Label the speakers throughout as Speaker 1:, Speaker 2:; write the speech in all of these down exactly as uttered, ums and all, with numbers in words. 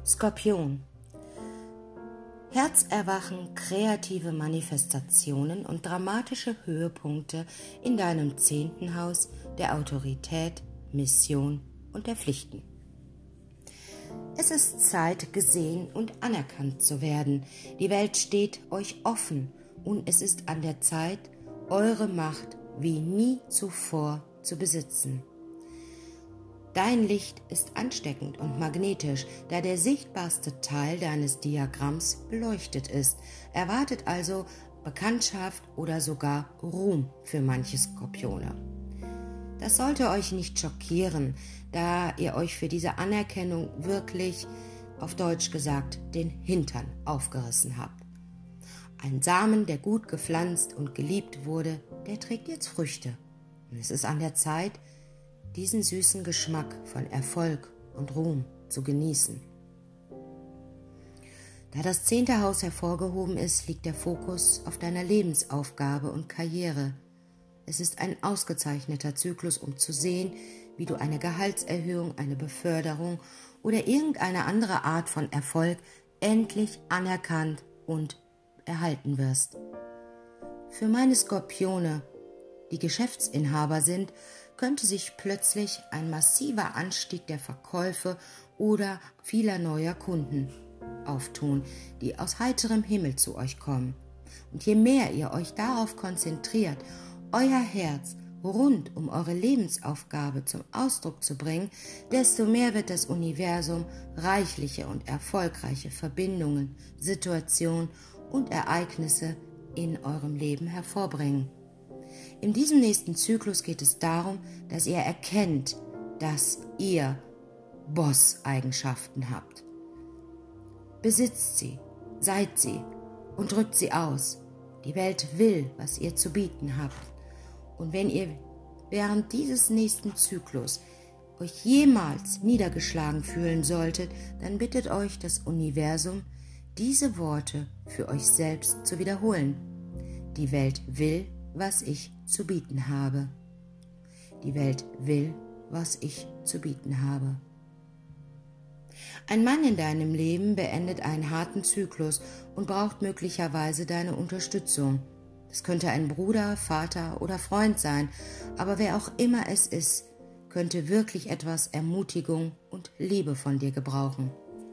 Speaker 1: Skorpion. Herzerwachen, kreative Manifestationen und dramatische Höhepunkte in deinem zehnten Haus der Autorität, Mission und der Pflichten. Es ist Zeit, gesehen und anerkannt zu werden. Die Welt steht euch offen und es ist an der Zeit, eure Macht wie nie zuvor zu besitzen. Dein Licht ist ansteckend und magnetisch, da der sichtbarste Teil deines Diagramms beleuchtet ist. Erwartet also Bekanntschaft oder sogar Ruhm für manche Skorpione. Das sollte euch nicht schockieren, da ihr euch für diese Anerkennung wirklich, auf Deutsch gesagt, den Hintern aufgerissen habt. Ein Samen, der gut gepflanzt und geliebt wurde, der trägt jetzt Früchte. Und es ist an der Zeit, diesen süßen Geschmack von Erfolg und Ruhm zu genießen. Da das zehnte Haus hervorgehoben ist, liegt der Fokus auf deiner Lebensaufgabe und Karriere. Es ist ein ausgezeichneter Zyklus, um zu sehen, wie du eine Gehaltserhöhung, eine Beförderung oder irgendeine andere Art von Erfolg endlich anerkannt und erhalten wirst. Für meine Skorpione, die Geschäftsinhaber sind, könnte sich plötzlich ein massiver Anstieg der Verkäufe oder vieler neuer Kunden auftun, die aus heiterem Himmel zu euch kommen. Und je mehr ihr euch darauf konzentriert, euer Herz rund um eure Lebensaufgabe zum Ausdruck zu bringen, desto mehr wird das Universum reichliche und erfolgreiche Verbindungen, Situationen und Ereignisse in eurem Leben hervorbringen. In diesem nächsten Zyklus geht es darum, dass ihr erkennt, dass ihr Boss-Eigenschaften habt. Besitzt sie, seid sie und drückt sie aus. Die Welt will, was ihr zu bieten habt. Und wenn ihr während dieses nächsten Zyklus euch jemals niedergeschlagen fühlen solltet, dann bittet euch das Universum, diese Worte für euch selbst zu wiederholen. Die Welt will, was ich zu bieten habe. Die Welt will, was ich zu bieten habe. Ein Mann in deinem Leben beendet einen harten Zyklus und braucht möglicherweise deine Unterstützung. Es könnte ein Bruder, Vater oder Freund sein, aber wer auch immer es ist, könnte wirklich etwas Ermutigung und Liebe von dir gebrauchen.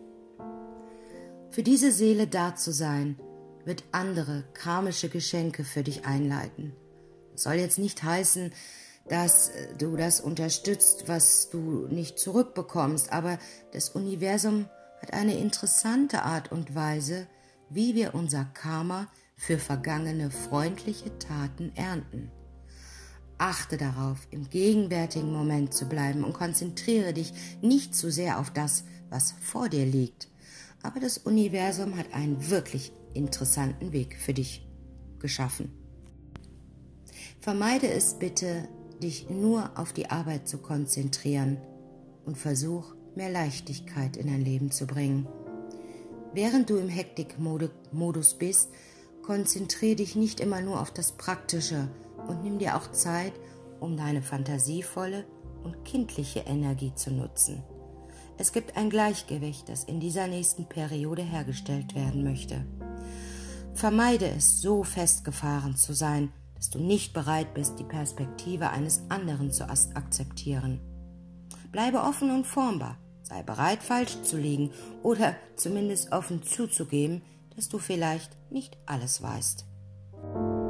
Speaker 1: Für diese Seele da zu sein, wird andere karmische Geschenke für dich einleiten. Das soll jetzt nicht heißen, dass du das unterstützt, was du nicht zurückbekommst, aber das Universum hat eine interessante Art und Weise, wie wir unser Karma für vergangene freundliche Taten ernten. Achte darauf, im gegenwärtigen Moment zu bleiben und konzentriere dich nicht zu sehr auf das, was vor dir liegt. Aber das Universum hat einen wirklich interessanten Weg für dich geschaffen. Vermeide es bitte, dich nur auf die Arbeit zu konzentrieren und versuch, mehr Leichtigkeit in dein Leben zu bringen. Während du im Hektikmodus bist, konzentriere dich nicht immer nur auf das Praktische und nimm dir auch Zeit, um deine fantasievolle und kindliche Energie zu nutzen. Es gibt ein Gleichgewicht, das in dieser nächsten Periode hergestellt werden möchte. Vermeide es, so festgefahren zu sein, dass du nicht bereit bist, die Perspektive eines anderen zu akzeptieren. Bleibe offen und formbar, sei bereit, falsch zu liegen oder zumindest offen zuzugeben, dass du vielleicht nicht alles weißt.